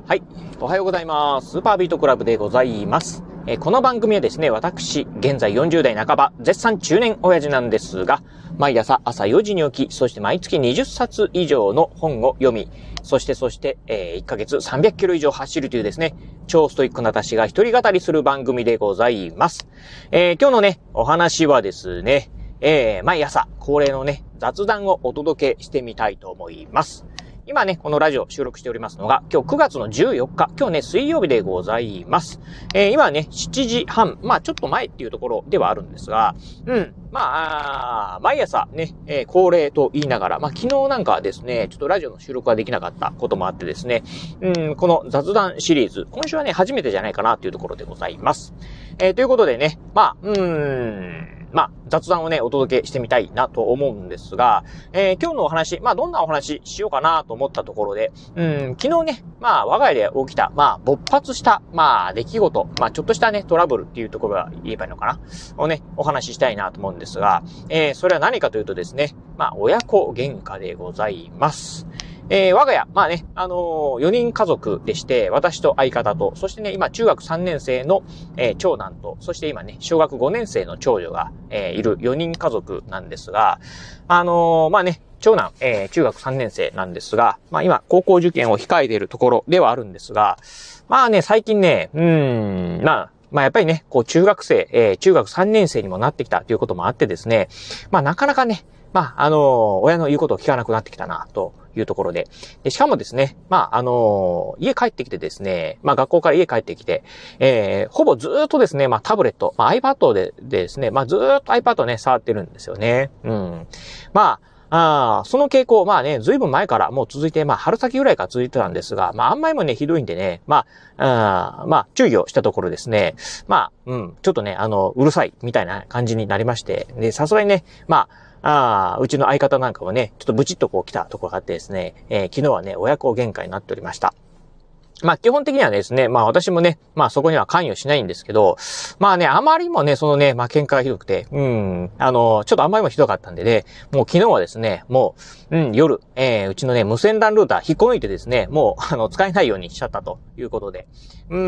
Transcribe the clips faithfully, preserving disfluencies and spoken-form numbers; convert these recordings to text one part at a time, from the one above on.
はい。おはようございます。スーパービートクラブでございます。えー、この番組はですね、私、現在よんじゅう代半ば、絶賛中年親父なんですが、毎朝朝よじに起き、そして毎月にじゅっさつ以上の本を読み、そしてそして、えー、いっかげつさんびゃっキロ以上走るというですね、超ストイックな私が一人語りする番組でございます。えー、今日のね、お話はですね、えー、毎朝恒例のね、雑談をお届けしてみたいと思います。今ね、このラジオ収録しておりますのが、今日くがつのじゅうよっか、今日ね、水曜日でございます。えー、今ね、しちじはん、まあちょっと前っていうところではあるんですが、うん、まあ、あ毎朝ね、えー、恒例と言いながら、まあ昨日なんかはですね、ちょっとラジオの収録ができなかったこともあってですね、うん、この雑談シリーズ、今週はね、初めてじゃないかなっていうところでございます。えー、ということでね、まあ、うーん、まあ、雑談をね、お届けしてみたいなと思うんですが、えー、今日のお話、まあ、どんなお話しようかなと思ったところで、うん、昨日ね、まあ、我が家で起きた、まあ、勃発した、まあ、出来事、まあ、ちょっとしたね、トラブルっていうところが言えばいいのかなをね、お話ししたいなと思うんですが、えー、それは何かというとですね、まあ、親子喧嘩でございます。えー、我が家、まあね、あのー、よにん家族でして、私と相方と、そしてね、今中学さんねん生の、えー、長男と、そして今ね、小学ごねん生の長女が、えー、いるよにん家族なんですが、あのー、まあね、長男、えー、中学さんねん生なんですが、まあ今、高校受験を控えているところではあるんですが、まあね、最近ね、うーん、まあ、まあやっぱりね、こう中学生、えー、中学さんねん生にもなってきたということもあってですね、まあなかなかね、まああのー、親の言うことを聞かなくなってきたな、というところで。で、しかもですね、まああのー、家帰ってきてですね、まあ学校から家帰ってきて、えー、ほぼずーっとですね、まあタブレット、まあ iPad ででですね、まあずーっと iPad ね、触ってるんですよね。うん。まあ、ああ、その傾向、まあね、ずいぶん前からもう続いて、まあ春先ぐらいから続いてたんですが、まああんまりもね、ひどいんでね、まあ、あまあ注意をしたところですね、まあ、うん、ちょっとね、あの、うるさい、みたいな感じになりまして、で、さすがにね、まあ、ああ、うちの相方なんかもね、ちょっとブチッとこう来たところがあってですね、えー、昨日はね、親子喧嘩になっておりました。まあ基本的にはですね、まあ私もね、まあそこには関与しないんですけど、まあね、あまりもね、そのね、まあ喧嘩がひどくて、うん、あの、ちょっとあんまりもひどかったんでね、もう昨日はですね、もう、うん、夜、えー、うちのね、無線 ラン ルーター引っこ抜いてですね、もう、あの、使えないようにしちゃったということで、うん、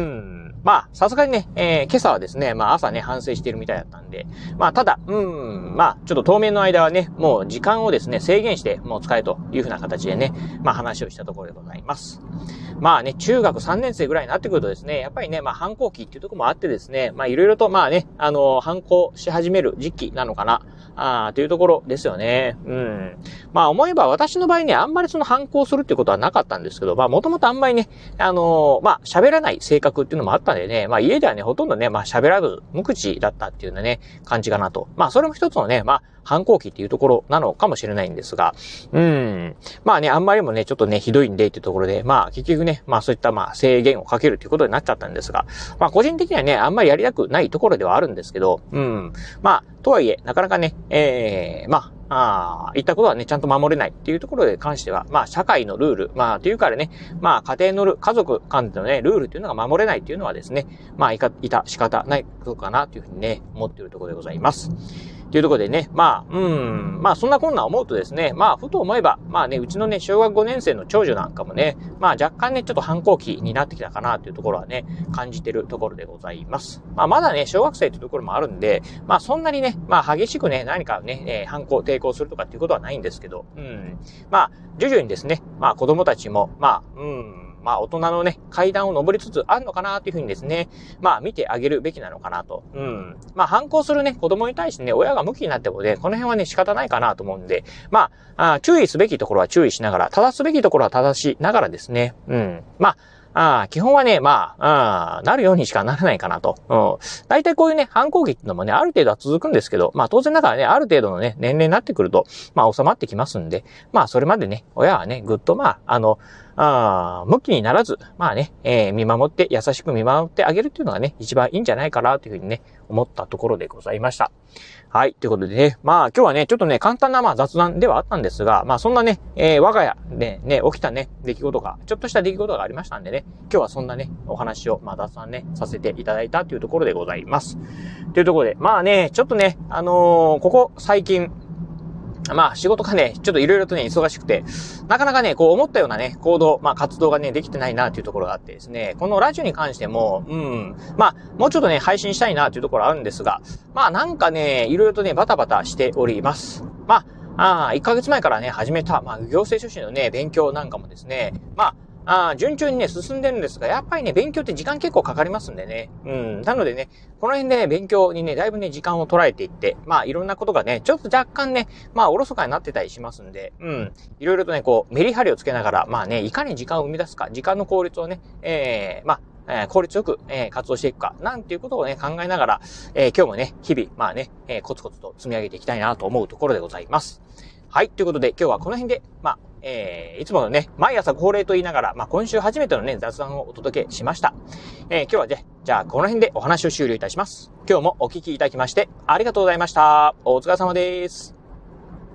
まあ、さすがにね、えー、今朝はですね、まあ朝ね、反省しているみたいだったんで、まあただ、うん、まあ、ちょっと当面の間はね、もう時間をですね、制限して、もう使えというふうな形でね、まあ話をしたところでございます。まあね、中学さんねん生ぐらいになってくるとですね、やっぱりね、まあ反抗期っていうところもあってですね、まあいろいろとまあね、あの、反抗し始める時期なのかな、あというところですよね。うん。まあ思えば私の場合ね、あんまりその反抗するっていうことはなかったんですけど、まあもともとあんまりね、あの、まあ喋らない性格っていうのもあったんでね、まあ家ではね、ほとんどね、まあ喋らず無口だったっていうね、感じかなと。まあそれも一つのね、まあ反抗期っていうところなのかもしれないんですが、うん。まあね、あんまりもね、ちょっとね、ひどいんでっていうところで、まあ結局ね、まあそういったまあ制限をかけるということになっちゃったんですが、まあ個人的にはね、あんまりやりたくないところではあるんですけど、うん。まあ、とはいえ、なかなかね、ええー、まあ、ああ、言ったことはね、ちゃんと守れないっていうところで関しては、まあ、社会のルール、まあ、というからね、まあ、家庭のルール、家族間でのね、ルールっていうのが守れないっていうのはですね、まあ、いか、いた仕方ないことかなというふうにね、思っているところでございます。というところでね、まあ、うん、まあ、そんなこんな思うとですね、まあ、ふと思えば、まあね、うちのね、小学ごねん生の長女なんかもね、まあ、若干ね、ちょっと反抗期になってきたかなというところはね、感じているところでございます。まあ、まだね、小学生というところもあるんで、まあ、そんなにね、まあ、激しくね、何かね、えー、反抗、抵抗するとかっていうことはないんですけど、うん。まあ、徐々にですね、まあ、子供たちも、まあ、うん、まあ大人のね、階段を登りつつあるのかなというふうにですね、まあ見てあげるべきなのかなと。うん。まあ反抗するね、子供に対してね、親が向きになってもね、この辺はね、仕方ないかなと思うんで、まあ、あ注意すべきところは注意しながら、正すべきところは正しながらですね、うん。まあ、ああ、基本はね、まあ、あなるようにしかならないかなと。うん。大体こういうね、反抗期っていうのもね、ある程度は続くんですけど、まあ当然ながらね、ある程度のね、年齢になってくると、まあ収まってきますんで、まあそれまでね、親はね、ぐっとまあ、あの、あ向きにならず、まあね、えー、見守って、優しく見守ってあげるっていうのがね、一番いいんじゃないかなというふうにね、思ったところでございました。はい。ということでね、まあ今日はね、ちょっとね、簡単なまあ雑談ではあったんですが、まあそんなね、えー、我が家でね、起きたね、出来事が、ちょっとした出来事がありましたんでね、今日はそんなね、お話をまあ雑談ね、させていただいたというところでございます。というところで、まあね、ちょっとね、あのー、ここ最近、 まあ仕事がね、ちょっといろいろとね、忙しくて、なかなかね、こう思ったようなね、行動、まあ活動がね、できてないなというところがあってですね、このラジオに関しても、うん、まあもうちょっとね、配信したいなというところあるんですが、まあなんかね、いろいろとね、バタバタしております。まあ、あいっかげつまえからね、始めた、まあ行政書士のね、勉強なんかもですね、まあ、ああ、順調にね、進んでるんですが、やっぱりね、勉強って時間結構かかりますんでね。うん。なのでね、この辺でね、勉強にね、だいぶね、時間を捉えていって、まあ、いろんなことがね、ちょっと若干ね、まあ、おろそかになってたりしますんで、うん。いろいろとね、こう、メリハリをつけながら、まあね、いかに時間を生み出すか、時間の効率をね、ええー、まあ、えー、効率よく、えー、活動していくか、なんていうことをね、考えながら、えー、今日もね、日々、まあね、えー、コツコツと積み上げていきたいなと思うところでございます。はい。ということで、今日はこの辺で、まあ、えー、いつものね、毎朝恒例と言いながら、まあ、今週初めてのね、雑談をお届けしました。えー、今日はね、じゃあ、この辺でお話を終了いたします。今日もお聞きいただきまして、ありがとうございました。お疲れ様です。